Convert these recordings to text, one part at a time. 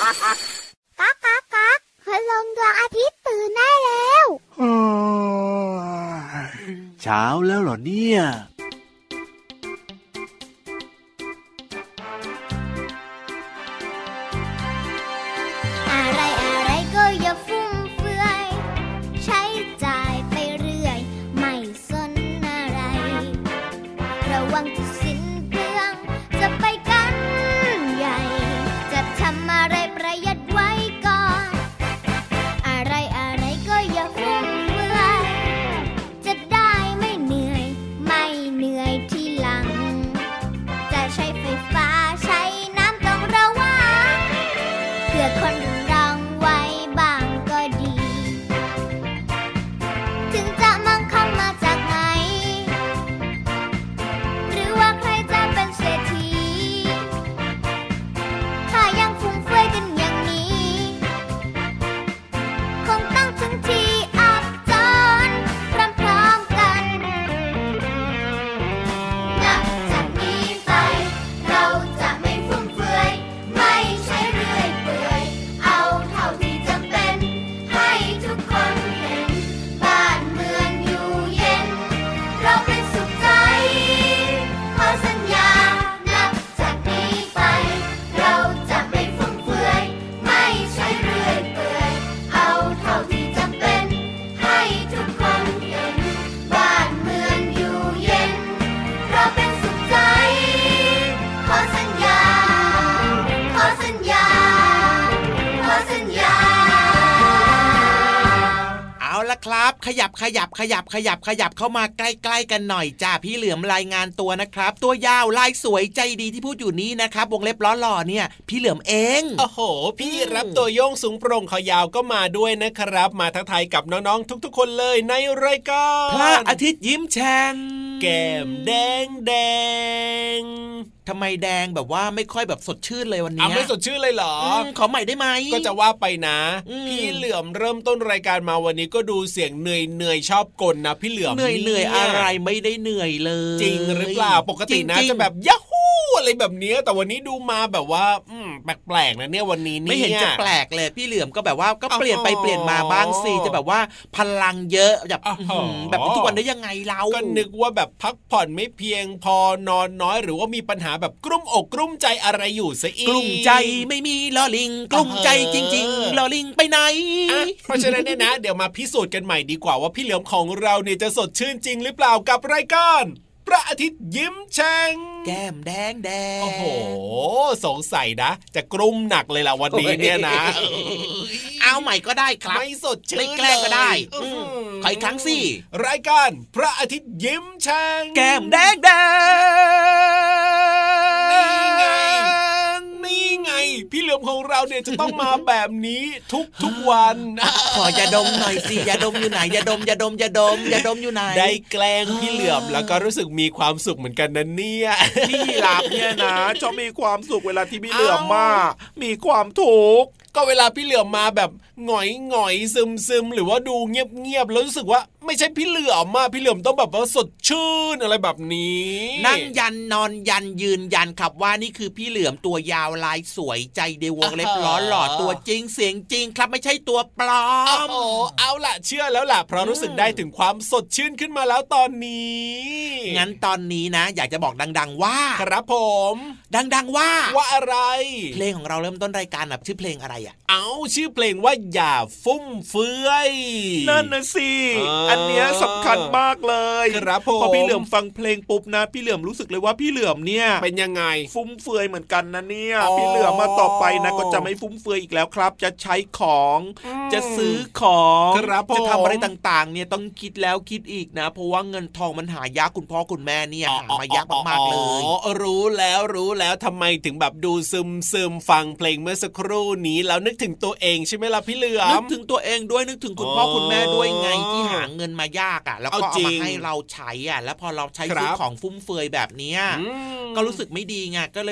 ก๊ากก๊ากก๊ากพลังดวงอาทิตย์ตื่นได้แล้วเช้าแล้วเหรอเนี่ยอะไรอะไรก็อย่าฟุ่มเฟือยใช้จ่ายไปเรื่อยไม่สนอะไรระวังจะสิ้นเปลืองจะไปกันใหญ่จะทำอะไรประหยัดไว้ก่อนอะไรอะไรก็อย่าฟุ่มเฟือยจะได้ไม่เหนื่อยไม่เหนื่อยทีหลังจะใช้ไฟฟ้าใช้น้ำต้องระวังเพื่อคนรังไว้บ้างก็ดีถึงจะมั่งคั่งมาจากไหนหรือว่าใครจะเป็นเศรษฐีถ้ายังฟุ่มเฟือยกันอย่างนี้คงต้องถึงที่อับจนพร้อมๆกันนับจากนี้ไปเราจะไม่ฟุ่มเฟือยไม่ใช้เรื่อยเปื่อยเอาเท่าที่จำเป็นให้ทุกคนเห็นบ้านเมืองอยู่เย็นเราเป็นสุขใจขอสัญญานับจากนี้ไปเราจะไม่ฟุ่มเฟือยไม่ใช้เรื่อยเปื่อยเอาเท่าที่จำเป็นให้ทุกคนเห็นบ้านเมืองอยู่เย็นเราเป็นสุขใจขอสัญญาขอสัญญาขอสัญญาเอาละครับขยับเข้ามาใกล้ๆกันหน่อยจ้าพี่เหลือมรายงานตัวนะครับตัวยาวลายสวยใจดีที่พูดอยู่นี้นะครับวงเล็บล้อหล่อเนี่ยพี่เหลือมเองโอ้โหพี่รับตัวโยงสูงโปร่งคอยาวก็มาด้วยนะครับมาทักทายกับน้องๆทุกๆคนเลยในรายการพระอาทิตย์ยิ้มแฉ่งแก้มแดงทำไมแดงแบบว่าไม่ค่อยแบบสดชื่นเลยวันนี้ไม่สดชื่นเลยเหรอขอใหม่ได้ไหมก็จะว่าไปนะพี่เหลือมเริ่มต้นรายการมาวันนี้ก็ดูเสียงเหนื่อยชอบกลนะพี่เหลือมเหนื่อยอะไรไม่ได้เหนื่อยเลยจริงหรือเปล่าปกตินะจะแบบยะฮู้อะไรแบบนี้แต่วันนี้ดูมาแบบว่าแปลกๆนะเนี่ยวันนี้เนี่ยไม่เห็นจะแปลกเลยพี่เหลือมก็แบบว่าก็เปลี่ยนไปเปลี่ยนมาบ้างสิจะแบบว่าพลังเยอะแบบทุกวันได้ยังไงเราก็นึกว่าแบบพักผ่อนไม่เพียงพอนอนน้อยหรือว่ามีปัญหาแบบกลุ้มอกกลุ้มใจอะไรอยู่ซะอีกกลุ้มใจไม่มีลอลิงกลุ้มใจจริงๆลอลิงไปไหนเพราะฉะนั้นเนี่ยนะเดี๋ยวมาพิสูจน์กันใหม่ดีกว่าว่าพี่เหลือมของเราเนี่ยจะสดชื่นจริงหรือเปล่ากับรายการพระอาทิตย์ยิ้มแฉ่งแก้มแดงโอ้โหสงสัยนะจะกลุ้มหนักเลยล่ะวันนี้เนี่ยนะเอาใหม่ก็ได้ครับไม่สดชื่นไม่แกล้งก็ได้ขออีกครั้งสิรายการพระอาทิตย์ยิ้มแฉ่งแก้มแดงนี่ไงพี่เหลือมของเราเนี่ยจะต้องมาแบบนี้ทุกวันขออย่าดมหน่อยสิอย่าดมอยู่ไหนอย่าดมอยู่ไหนได้แกล้งพี่เหลือมแล้วก็รู้สึกมีความสุขเหมือนกันนะเนี่ยพี่รับเนี่ยนะชอบมีความสุขเวลาที่พี่เหลือมมามีความทุกข์ก็เวลาพี่เหลือมมาแบบหงอยซึมหรือว่าดูเงียบแล้วรู้สึกว่าไม่ใช่พี่เหลือมมาพี่เหลือมต้องแบบว่าสดชื่นอะไรแบบนี้นั่งยันนอนยันยืนยันครับว่านี่คือพี่เหลือมตัวยาวลายสวยใจเดวงเล็บล้อหล่อตัวจริงเสียงจริงครับไม่ใช่ตัวปลอมเอาล่ะเชื่อแล้วล่ะเพราะรู้สึกได้ถึงความสดชื่นขึ้นมาแล้วตอนนี้งั้นตอนนี้นะอยากจะบอกดังๆว่าครับผมดังๆว่าอะไรเพลงของเราเริ่มต้นรายการแบบชื่อเพลงอะไรอ่ะชื่อเพลงว่าอย่าฟุ่มเฟือยนั่นนะสิอันเนี้ยสำคัญมากเลยครับผมพอพี่เหลือมฟังเพลงปุ๊บนะพี่เหลือมรู้สึกเลยว่าพี่เหลือมเนี่ยเป็นยังไงฟุ่มเฟือยเหมือนกันนะเนี่ยพี่เหลือมมาต่อไปนะก็จะไม่ฟุ่มเฟือยอีกแล้วครับจะใช้ของจะซื้อของจะทำอะไรต่างๆเนี่ยต้องคิดแล้วคิดอีกนะเพราะว่าเงินทองมันหายากคุณพ่อคุณแม่เนี่ยหามายากมากๆเลยรู้แล้วทำไมถึงแบบดูซึมฟังเพลงเมื่อสักครู่นี้แล้วนึกถึงตัวเองใช่ไหมล่ะพี่เหลือมนึกถึงตัวเองด้วยนึกถึงคุณพ่อคุณแม่ด้วยไงที่หาเงินมายากอ่ะแล้วก็เอามาให้เราใช้อ่ะแล้วพอเราใช้ซื้อของฟุ่มเฟือยแบบนี้ก็รู้สึกไม่ดีไงก็เลยแบบ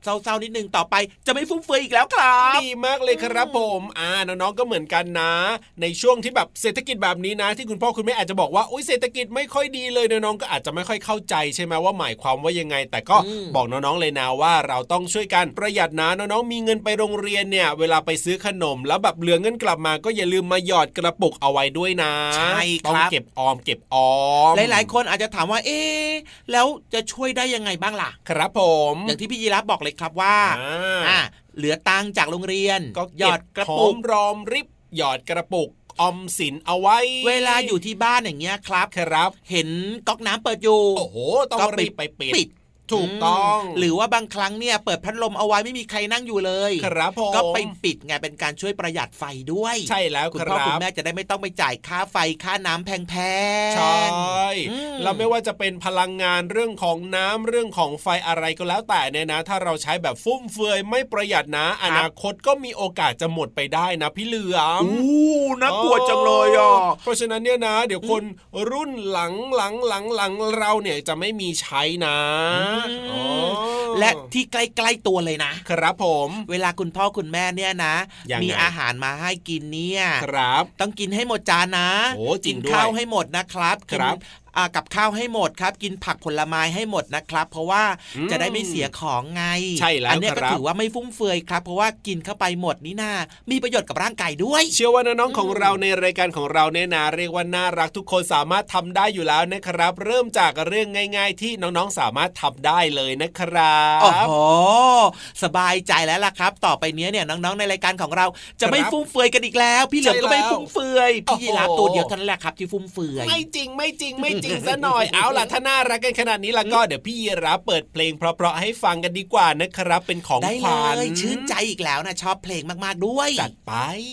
เศร้าๆนิดนึงต่อไปจะไม่ฟุ่มเฟือยอีกแล้วครับดีมากเลยครับผมน้องๆก็เหมือนกันนะในช่วงที่แบบเศรษฐกิจแบบนี้นะที่คุณพ่อคุณแม่อาจจะบอกว่าอุ๊ยเศรษฐกิจไม่ค่อยดีเลยน้องๆก็อาจจะไม่ค่อยเข้าใจใช่ไหมว่าหมายความว่ายังไงแต่ก็บอกน้องๆเลยนะว่าเราต้องช่วยกันประหยัดนะน้องๆมีเงินไปโรงเรียนเนี่ยเวลาไปซื้อขนมแล้วแบบเหลือเงินกลับมาก็อย่าลืมมาหยอดกระปุกเอาไว้ด้วยนะใช่ครับต้องเก็บออมหลายๆคนอาจจะถามว่าแล้วจะช่วยได้ยังไงบ้างล่ะครับผมอย่างที่พี่ยีรับบอกเลยครับว่าเหลือตังค์จากโรงเรียนก็หยอดกระปุกรอมริบหยอดกระปุกออมสินเอาไว้เวลาอยู่ที่บ้านอย่างเงี้ยครับเห็นก๊อกน้ำเปิดอยู่โอ้โหต้องรีบไปปิดถูกต้องหรือว่าบางครั้งเนี่ยเปิดพัดลมเอาไว้ไม่มีใครนั่งอยู่เลยครับผมก็ไปปิดไงเป็นการช่วยประหยัดไฟด้วยใช่แล้วคุณพ่อคุณแม่จะได้ไม่ต้องไปจ่ายค่าไฟค่าน้ำแพงๆใช่แล้วไม่ว่าจะเป็นพลังงานเรื่องของน้ำเรื่องของไฟอะไรก็แล้วแต่เนี่ยนะถ้าเราใช้แบบฟุ่มเฟือยไม่ประหยัดนะอนาคตก็มีโอกาสจะหมดไปได้นะพี่เหลือมน่ากลัวจังเลยอ่ะเพราะฉะนั้นเนี่ยนะเดี๋ยวคนรุ่นหลังเราเนี่ยจะไม่มีใช้นะและที่ใกล้ๆตัวเลยนะครับผมเวลาคุณพ่อคุณแม่เนี่ยนะมีอาหารมาให้กินเนี่ยครับต้องกินให้หมดจานนะกินข้าวให้หมดนะครับกับข้าวให้หมดครับกินผักผลไม้ให้หมดนะครับเพราะว่าจะได้ไม่เสียของไงใช่แล้วอันนี้ก็ถือว่าไม่ฟุ่มเฟือยครับเพราะว่ากินเข้าไปหมดนี่นามีประโยชน์กับร่างกายด้วยเชื่อว่าน้องๆของเราในรายการของเราเนี่ยนะเรียกว่าน่ารักทุกคนสามารถทำได้อยู่แล้วนะครับเริ่มจากเรื่องง่ายๆที่น้องๆสามารถทำได้เลยนะครับโอ้โหสบายใจแล้วล่ะครับต่อไปนี้เนี่ยน้องๆในรายการของเราจะไม่ฟุ่มเฟือยกันอีกแล้วพี่เหลือมก็ไม่ฟุ่มเฟือยพี่ยีราฟตัวเดียวเท่านั้นแหละครับที่ฟุ่มเฟือยไม่จริงซะหน่อยเอาล่ะถ้าน่ารักกันขนาดนี้แล้วก็เดี๋ยวพี่ยีราฟเปิดเพลงเพราะๆให้ฟังกันดีกว่านะครับเป็นของขวัญชื่นใจอีกแล้วนะชอบเพลงมากๆด้วยจัดไป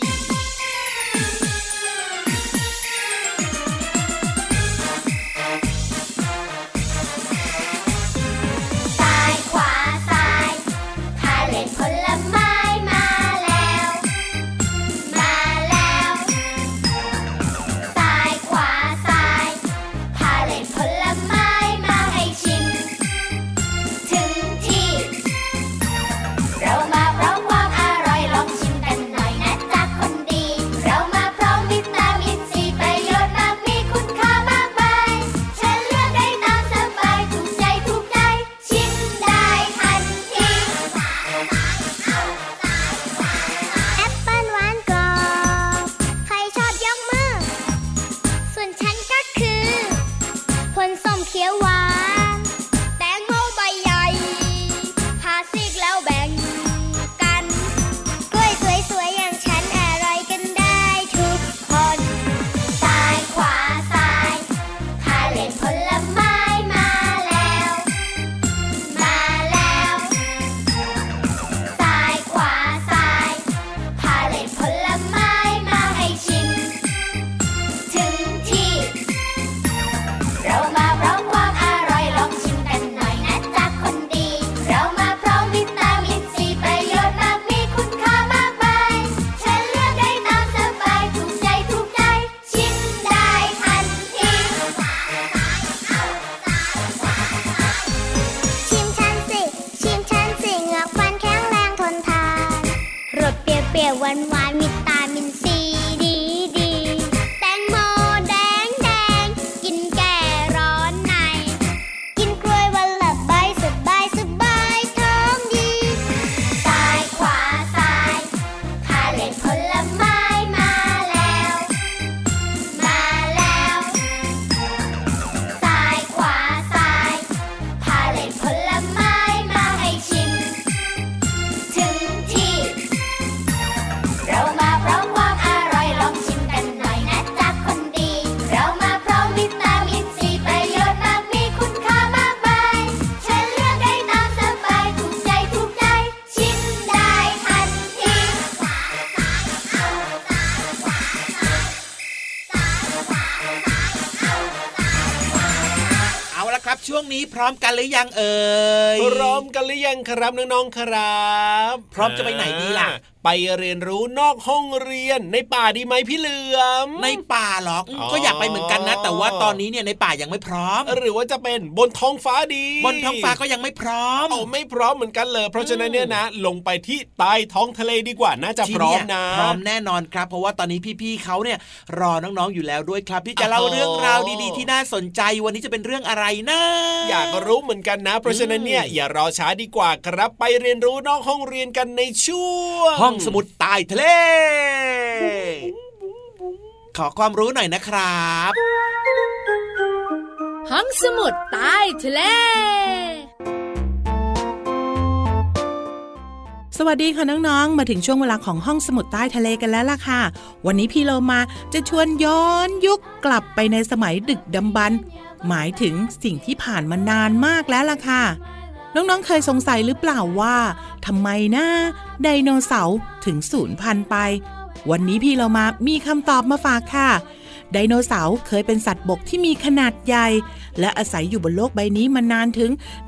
ช่วงนี้พร้อมกันหรือยังเอ่ยพร้อมกันหรือยังครับน้องๆครับพร้อมจะไปไหนดีล่ะไปเรียนรู้นอกห้องเรียนในป่าดีไหมพี่เหลือมในป่าหรอก็อยากไปเหมือนกันนะแต่ว่าตอนนี้เนี่ยในป่ายังไม่พร้อมหรือว่าจะเป็นบนท้องฟ้าดีบนท้องฟ้าก็ยังไม่พร้อมไม่พร้อมเหมือนกันเลยเพราะฉะนั้นเนี่ยนะลงไปที่ใต้ท้องทะเลดีกว่าน่าจะพร้อมนะพร้อมแน่นอนครับเพราะว่าตอนนี้พี่ๆเขาเนี่ยรอน้องๆอยู่แล้วด้วยครับที่จะเล่าเรื่องราวดีๆที่น่าสนใจวันนี้จะเป็นเรื่องอะไรนะอยากรู้เหมือนกันนะเพราะฉะนั้นเนี่ยอย่ารอช้าดีกว่าครับไปเรียนรู้นอกห้องเรียนกันในช่วงห้องสมุดใต้ทะเลขอความรู้หน่อยนะครับห้องสมุดใต้ทะเลสวัสดีค่ะน้องๆมาถึงช่วงเวลาของห้องสมุดใต้ทะเลกันแล้วล่ะค่ะวันนี้พี่โลมาจะชวนย้อนยุคกลับไปในสมัยดึกดำบรรพ์หมายถึงสิ่งที่ผ่านมานานมากแล้วล่ะค่ะน้องๆเคยสงสัยหรือเปล่าว่าทำไมนะไดโนเสาร์ถึงสูญพันธุ์ไปวันนี้พี่เรามามีคำตอบมาฝากค่ะไดโนเสาร์เคยเป็นสัตว์บกที่มีขนาดใหญ่และอาศัยอยู่บนโลกใบนี้มานานถึง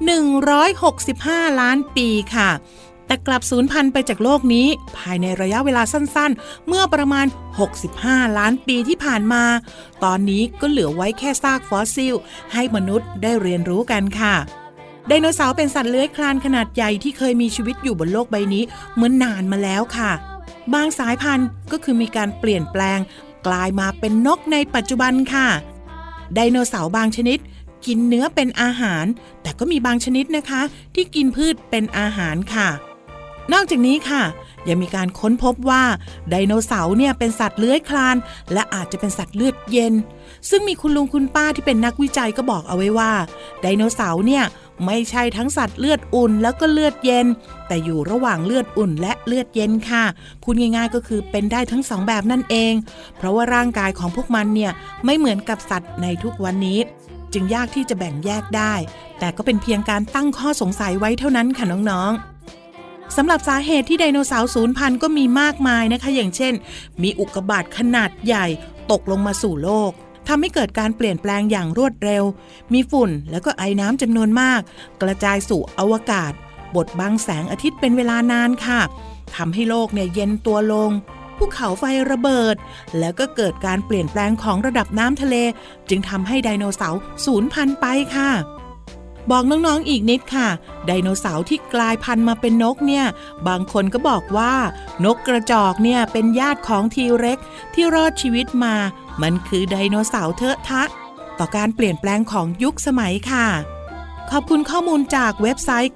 165ล้านปีค่ะแต่กลับสูญพันธุ์ไปจากโลกนี้ภายในระยะเวลาสั้นๆเมื่อประมาณ65ล้านปีที่ผ่านมาตอนนี้ก็เหลือไว้แค่ซากฟอสซิลให้มนุษย์ได้เรียนรู้กันค่ะไดโนเสาร์เป็นสัตว์เลื้อยคลานขนาดใหญ่ที่เคยมีชีวิตอยู่บนโลกใบนี้เมื่อนานมาแล้วค่ะบางสายพันธุ์ก็คือมีการเปลี่ยนแปลงกลายมาเป็นนกในปัจจุบันค่ะไดโนเสาร์บางชนิดกินเนื้อเป็นอาหารแต่ก็มีบางชนิดนะคะที่กินพืชเป็นอาหารค่ะนอกจากนี้ค่ะยังมีการค้นพบว่าไดโนเสาร์เนี่ยเป็นสัตว์เลื้อยคลานและอาจจะเป็นสัตว์เลือดเย็นซึ่งมีคุณลุงคุณป้าที่เป็นนักวิจัยก็บอกเอาไว้ว่าไดโนเสาร์เนี่ยไม่ใช่ทั้งสัตว์เลือดอุ่นแล้วก็เลือดเย็นแต่อยู่ระหว่างเลือดอุ่นและเลือดเย็นค่ะพูดง่ายๆก็คือเป็นได้ทั้งสองแบบนั่นเองเพราะว่าร่างกายของพวกมันเนี่ยไม่เหมือนกับสัตว์ในทุกวันนี้จึงยากที่จะแบ่งแยกได้แต่ก็เป็นเพียงการตั้งข้อสงสัยไว้เท่านั้นค่ะน้องๆสำหรับสาเหตุที่ไดโนเสาร์สูญพันธุ์ก็มีมากมายนะคะอย่างเช่นมีอุกกาบาตขนาดใหญ่ตกลงมาสู่โลกทำให้เกิดการเปลี่ยนแปลงอย่างรวดเร็วมีฝุ่นแล้วก็ไอน้ำจำนวนมากกระจายสู่อวกาศบดบังแสงอาทิตย์เป็นเวลานานค่ะทำให้โลกเนี่ยเย็นตัวลงภูเขาไฟระเบิดแล้วก็เกิดการเปลี่ยนแปลงของระดับน้ำทะเลจึงทำให้ไดโนเสาร์สูญพันธุ์ไปค่ะบอกน้องๆอีกนิดค่ะไดโนเสาร์ที่กลายพันธุ์มาเป็นนกเนี่ยบางคนก็บอกว่านกกระจอกเนี่ยเป็นญาติของทีเร็กซ์ที่รอดชีวิตมามันคือไดโนเสาร์เทอะทะต่อการเปลี่ยนแปลงของยุคสมัยค่ะขอบคุณข้อมูลจากเว็บไซต์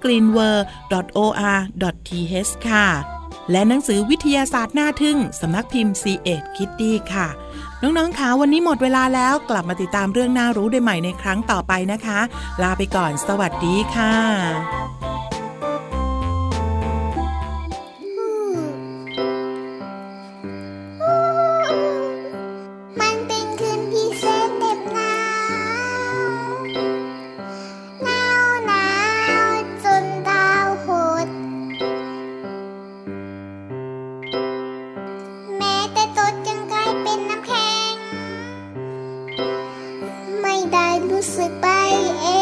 greenworld.or.th ค่ะและหนังสือวิทยาศาสตร์น่าทึ่งสำนักพิมพ์ C.Ed Kiddie ค่ะน้องๆคะวันนี้หมดเวลาแล้วกลับมาติดตามเรื่องน่ารู้ได้ใหม่ในครั้งต่อไปนะคะลาไปก่อนสวัสดีค่ะรู้สึกไปเอง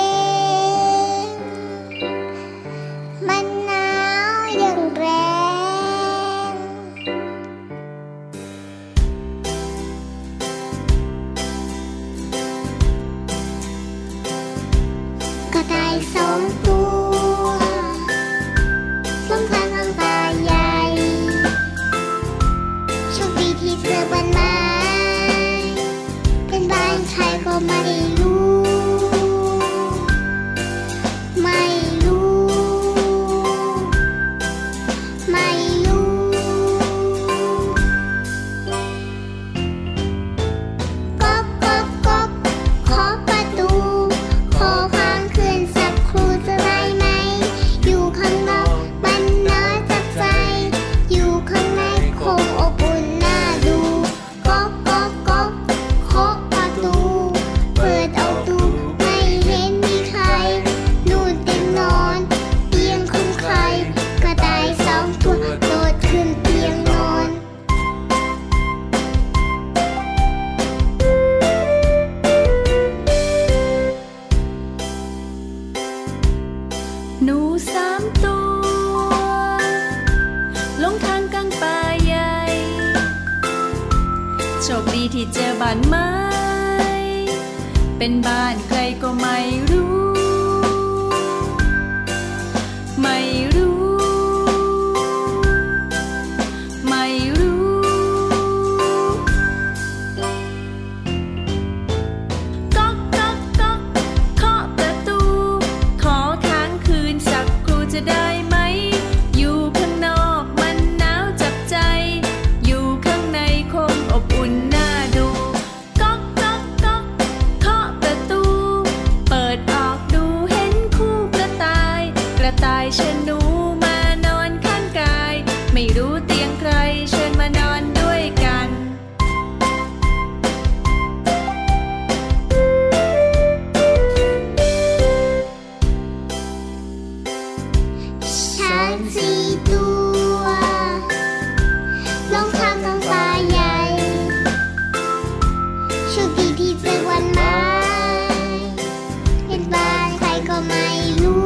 ขอประตูขอค้างคืนสักครู่จะที่เจอบ้านไม้เป็นบ้านใครก็ไม่รู้ไม่รู้ไม่รู้ก๊อกก๊อกก๊อกเคาะประตูขอค้างคืนสักครู่จะได้ไหมอยู่ข้างนอกมันหนาวจับใจอยู่ข้างในคงอบอุ่นน่าดูก๊อกก๊อกก๊อกเคาะประตูเปิดออกดูเห็นคู่กระต่ายเชิญหนูมานอนข้างกายไม่รู้เตียงใครเชิญมานอนด้วยกันช้างสี่ตัวลงทางน้องตาใหญ่โชคดีที่เจอวันไม้เห็นบ้านใครก็ไม่รู้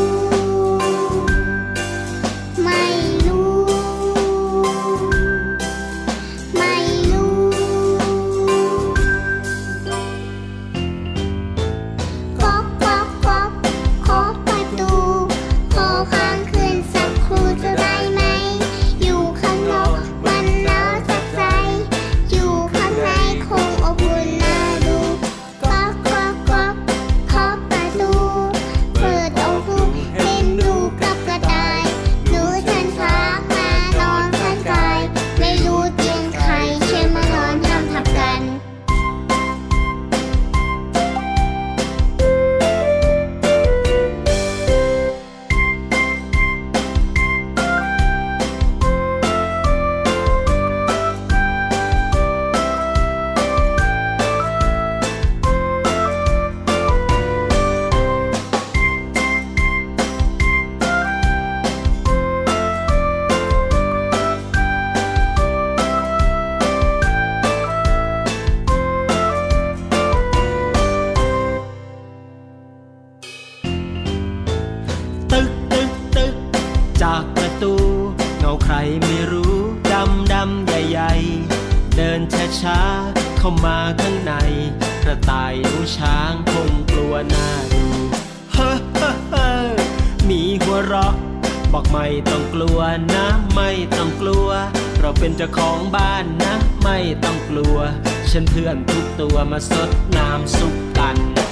จากประตูเงาใครไม่รู้ดำใหญ่ๆเดินช้าๆเข้ามาข้างในกระต่ายหนูช้างคงกลัวหน้าดูเฮ้อมีหัวเราะบอกไม่ต้องกลัวนะไม่ต้องกลัวเราเป็นเจ้าของบ้านนะไม่ต้องกลัวฉันเพื่อนทุกตัวมาสดน้ำซุปกัน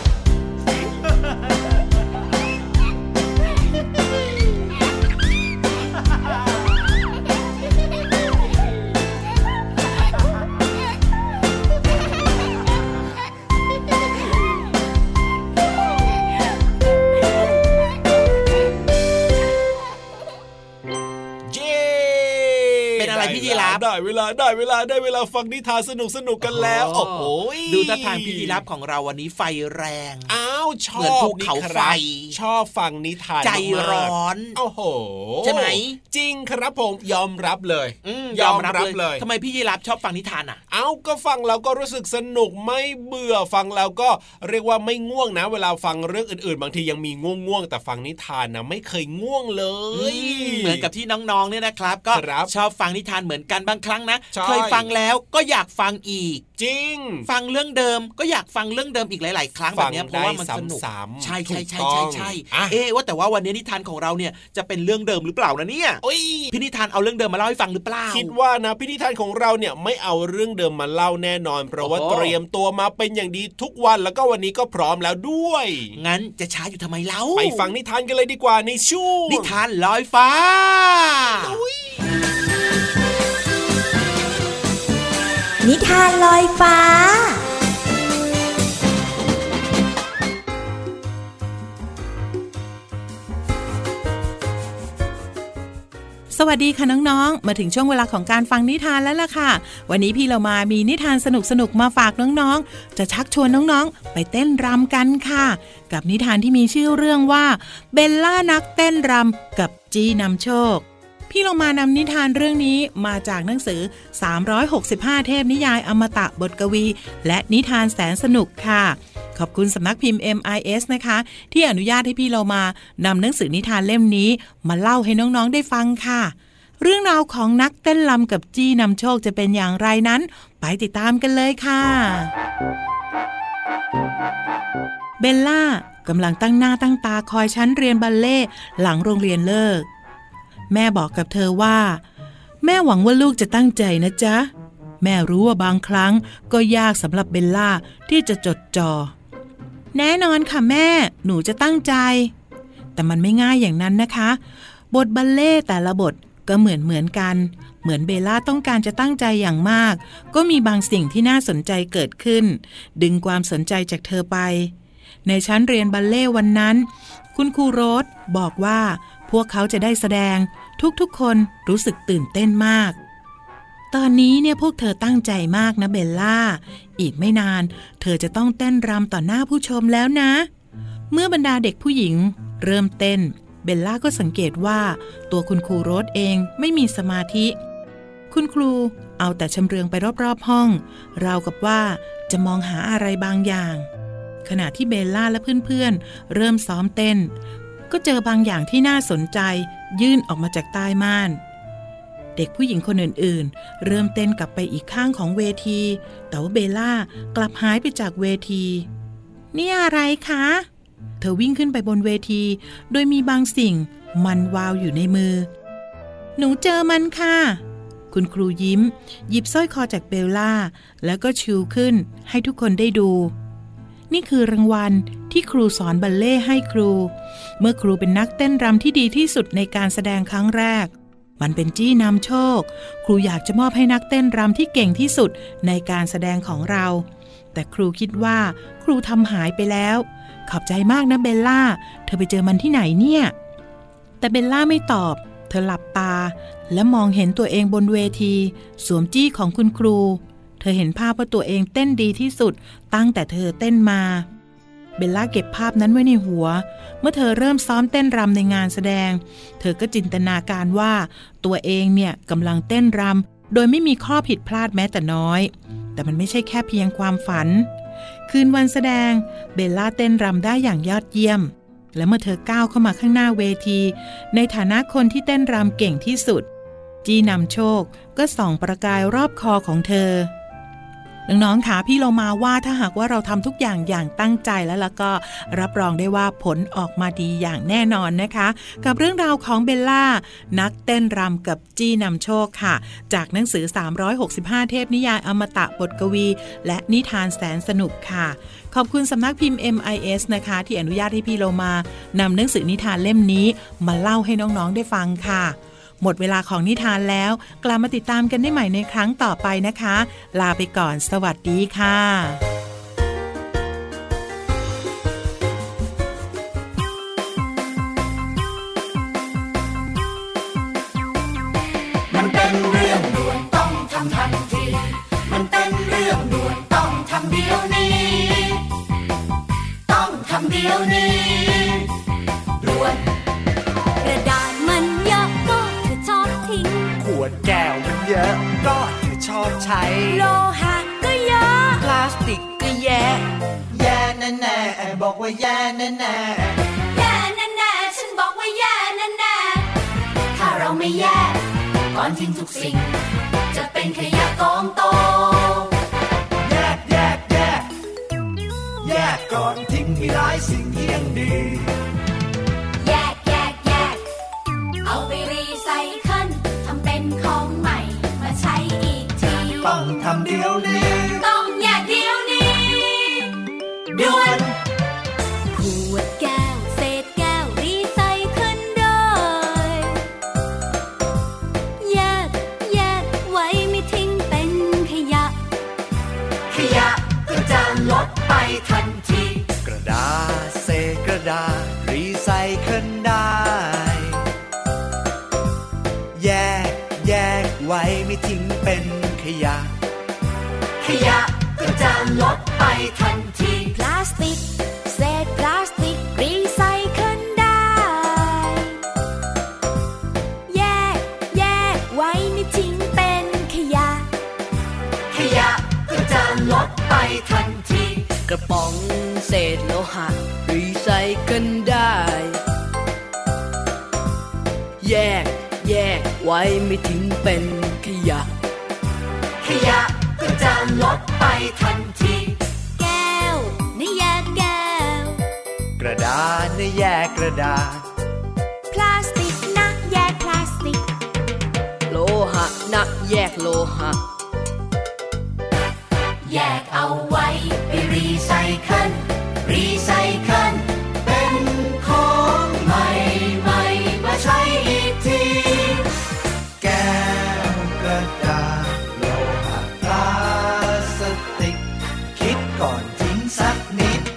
พี่ยีราฟได้เวลาฟังนิทานสนุกกันแล้วโอ้โหดูท่าทางพี่ยีราฟของเราวันนี้ไฟแรงอ้าวชอบเหมือนภูเขาไฟชอบฟังนิทานใจร้อนโอ้โหใช่ไหมจริงครับผมยอมรับเลยยอมรับเลยทำไมพี่ยีราฟชอบฟังนิทานอ่ะเอ้าก็ฟังแล้วก็รู้สึกสนุกไม่เบื่อฟังแล้วก็เรียกว่าไม่ง่วงนะเวลาฟังเรื่องอื่นๆบางทียังมีง่วงแต่ฟังนิทานนะไม่เคยง่วงเลยเหมือนกับที่น้องๆเนี่ยนะครับก็ชอบฟังนิทานเหมือนกันบางครั้งนะเคยฟังแล้วก็อยากฟังอีกจริงฟังเรื่องเดิมก็อยากฟังเรื่องเดิมอีกหลายๆครั้งแบบนี้เพราะว่ามันสนุกใช่ว่าแต่ว่าวันนี้นิทานของเราเนี่ยจะเป็นเรื่องเดิมหรือเปล่านะเนี่ยพี่นิทานเอาเรื่องเดิมมาเล่าให้ฟังหรือเปล่าคิดว่านะพี่นิทานของเราเนี่ยไม่เอาเรื่องเดิมมาเล่าแน่นอนเพราะว่าเตรียมตัวมาเป็นอย่างดีทุกวันแล้วก็วันนี้ก็พร้อมแล้วด้วยงั้นจะช้าอยู่ทำไมเล่าไปฟังนิทานกันเลยดีกว่าในช่วงนิทานลอยฟ้านิทานลอยฟ้าสวัสดีค่ะน้องๆมาถึงช่วงเวลาของการฟังนิทานแล้วล่ะค่ะวันนี้พี่เรามามีนิทานสนุกๆมาฝากน้องๆจะชักชวนน้องๆไปเต้นรำกันค่ะกับนิทานที่มีชื่อเรื่องว่าเบลล่านักเต้นรำกับจีนำโชคพี่เรามานำนิทานเรื่องนี้มาจากหนังสือ365เทพนิยายอมตะบทกวีและนิทานแสนสนุกค่ะขอบคุณสำนักพิมพ์ MIS นะคะที่อนุญาตให้พี่เรามานำหนังสือนิทานเล่มนี้มาเล่าให้น้องๆได้ฟังค่ะเรื่องราวของนักเต้นรำกับจี้นำโชคจะเป็นอย่างไรนั้นไปติดตามกันเลยค่ะเบลล่ากำลังตั้งหน้าตั้งตาคอยชั้นเรียนบัลเล่ต์หลังโรงเรียนเลิกแม่บอกกับเธอว่าแม่หวังว่าลูกจะตั้งใจนะจ๊ะแม่รู้ว่าบางครั้งก็ยากสำหรับเบลล่าที่จะจดจ่อแน่นอนค่ะแม่หนูจะตั้งใจแต่มันไม่ง่ายอย่างนั้นนะคะบทบัลเล่ต์แต่ละบทก็เหมือนกันเหมือนเบลล่าต้องการจะตั้งใจอย่างมากก็มีบางสิ่งที่น่าสนใจเกิดขึ้นดึงความสนใจจากเธอไปในชั้นเรียนบัลเล่ต์วันนั้นคุณครูโรสบอกว่าพวกเขาจะได้แสดงทุกๆคนรู้สึกตื่นเต้นมากตอนนี้เนี่ยพวกเธอตั้งใจมากนะเบลล่าอีกไม่นานเธอจะต้องเต้นรำต่อหน้าผู้ชมแล้วนะเมื่อบรรดาเด็กผู้หญิงเริ่มเต้นเบลล่าก็สังเกตว่าตัวคุณครูโรสเองไม่มีสมาธิคุณครูเอาแต่ชำเลืองไปรอบๆห้องราวกับว่าจะมองหาอะไรบางอย่างขณะที่เบลล่าและเพื่อนๆเริ่มซ้อมเต้นก็เจอบางอย่างที่น่าสนใจยื่นออกมาจากใต้ม่านเด็กผู้หญิงคนอื่นๆเริ่มเต้นกลับไปอีกข้างของเวทีแต่ว่าเบลล่ากลับหายไปจากเวทีนี่อะไรคะเธอวิ่งขึ้นไปบนเวทีโดยมีบางสิ่งมันวาวอยู่ในมือหนูเจอมันค่ะคุณครูยิ้มหยิบสร้อยคอจากเบลล่าแล้วก็ชูขึ้นให้ทุกคนได้ดูนี่คือรางวัลที่ครูสอนบัลเล่ต์ให้ครูเมื่อครูเป็นนักเต้นรำที่ดีที่สุดในการแสดงครั้งแรกมันเป็นจี้นำโชคครูอยากจะมอบให้นักเต้นรำที่เก่งที่สุดในการแสดงของเราแต่ครูคิดว่าครูทำหายไปแล้วขอบใจมากนะเบลล่าเธอไปเจอมันที่ไหนเนี่ยแต่เบลล่าไม่ตอบเธอหลับตาและมองเห็นตัวเองบนเวทีสวมจี้ของคุณครูเธอเห็นภาพว่าตัวเองเต้นดีที่สุดตั้งแต่เธอเต้นมาเบลล่าเก็บภาพนั้นไว้ในหัวเมื่อเธอเริ่มซ้อมเต้นรำในงานแสดงเธอก็จินตนาการว่าตัวเองเนี่ยกำลังเต้นรำโดยไม่มีข้อผิดพลาดแม้แต่น้อยแต่มันไม่ใช่แค่เพียงความฝันคืนวันแสดงเบลล่าเต้นรำได้อย่างยอดเยี่ยมและเมื่อเธอก้าวเข้ามาข้างหน้าเวทีในฐานะคนที่เต้นรำเก่งที่สุดจี้นำโชคก็ส่องประกายรอบคอของเธอน้องๆค่ะพี่โลมาว่าถ้าหากว่าเราทำทุกอย่างอย่างตั้งใจแล้วก็รับรองได้ว่าผลออกมาดีอย่างแน่นอนนะคะกับเรื่องราวของเบลล่านักเต้นรำกับจี้นำโชคค่ะจากหนังสือ365เทพนิยายอมตะบทกวีและนิทานแสนสนุกค่ะขอบคุณสำนักพิมพ์ MIS นะคะที่อนุญาตให้พี่โลมานำหนังสือนิทานเล่มนี้มาเล่าให้น้องๆได้ฟังค่ะหมดเวลาของนิทานแล้วกลับมาติดตามกันได้ใหม่ในครั้งต่อไปนะคะลาไปก่อนสวัสดีค่ะมันเป็นเรื่องด่วนต้องทำทันทีมันเป็นเรื่องด่วนต้องทำเดี๋ยวนี้ต้องทำเดี๋ยวนี้ด่วนกระดาษมันเยอะก็เธอชอบทิ้งขวดแก้วมันเยอะก็เธอชอบใช้โลหะก็เยอะพลาสติกก็แย่แย่แน่ๆบอกว่าแย่แน่ๆแย่แน่ๆฉันบอกว่าแย่แน่ๆถ้าเราไม่แยกก่อนทิ้งทุกสิ่งจะเป็นขยะกองโตแยกก่อนทิ้งมีหลายสิ่งที่ยังดีแยกเอาไปรีไซเคิลทำเป็นของใหม่มาใช้อีกทีต้องทำเดี๋ยวนี้ต้องแยกเดี๋ยวนี้ด่วนขวดแก้วเศษแก้วรีไซเคิลได้แยกไว้ไม่ทิ้งเป็นขยะก็จะลดไปทันทีกระดาษเศษกระดาษรีไซเคิลได้แยกไว้ไม่ทิ้งเป็นขยะก็จะลดไปทันทีพลาสติกเศษพลาสติกรีไซเคิลได้แยกไว้ไม่ทิ้งเป็นขยะก็จะลดไปทันทีกระป๋องเศษโลหะรีไซเคิลได้แยแยกไว้ไม่ทิ้งเป็นขยะขยะก็จะลดไปทันทีแก้วนี่แยกแก้วกระดาษนี่แยกกระดาษพลาสติกนะแยกพลาสติกโลหะนะแยกโลหะแยกเอาไว้ไปรีไซเคิลรีไซเคิลเป็นของใหม่ใหม่มาใช้อีกทีแก้วกระดาษโลหะพลาสติกคิดก่อนทิ้งสักนิด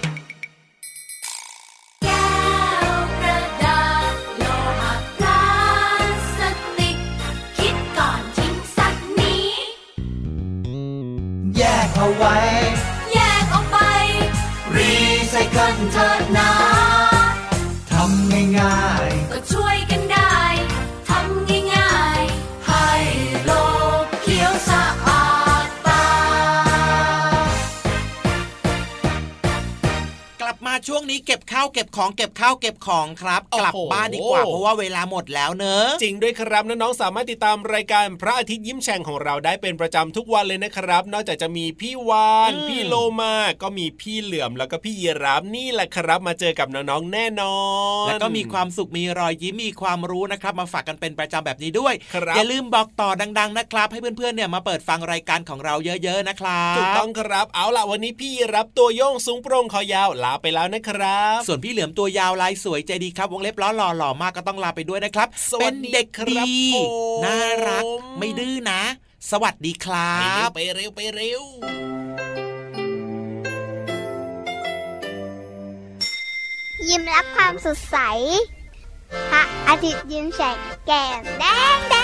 แก้วกระดาษโลหะพลาสติกคิดก่อนทิ้งสักนิดแยกเอาไว้แยกออกไปรีไซเคิลเถิดนะทำง่ายๆก็ช่วยกันได้ทำง่ายๆให้โลกเขียวสะอาดตากลับมาช่วงนี้เก็บข้าวเก็บของเก็บข้าวเก็บของครับกลับบ้านดีกว่าเพราะว่าเวลาหมดแล้วเนอะจริงด้วยครับน้องๆสามารถติดตามรายการพระอาทิตย์ยิ้มแฉ่งของเราได้เป็นประจำทุกวันเลยนะครับนอกจากจะมีพี่วานพี่โลมาก็มีพี่เหลือมแล้วก็พี่ยีราฟนี่แหละครับมาเจอกับน้องๆแน่นอนแล้วก็มีความสุขมีรอยยิ้มมีความรู้นะครับมาฝากกันเป็นประจำแบบนี้ด้วยอย่าลืมบอกต่อดังๆนะครับให้เพื่อนๆเนี่ยมาเปิดฟังรายการของเราเยอะๆนะครับถูกต้องครับเอาล่ะวันนี้พี่ยีราฟตัวโยงสูงโปร่งคอยาวลาไปแล้วนะครับส่วนพี่เหลือมตัวยาวลายสวยใจดีครับวงเล็บล้อหล่อมากก็ต้องลาไปด้วยนะครับเป็นเด็กดีน่ารักไม่ดื้อนะสวัสดีครับไปเร็วไปเร็วยิ้มรับความสดใสพระอาทิตย์ยิ้มแฉกแก้มแดง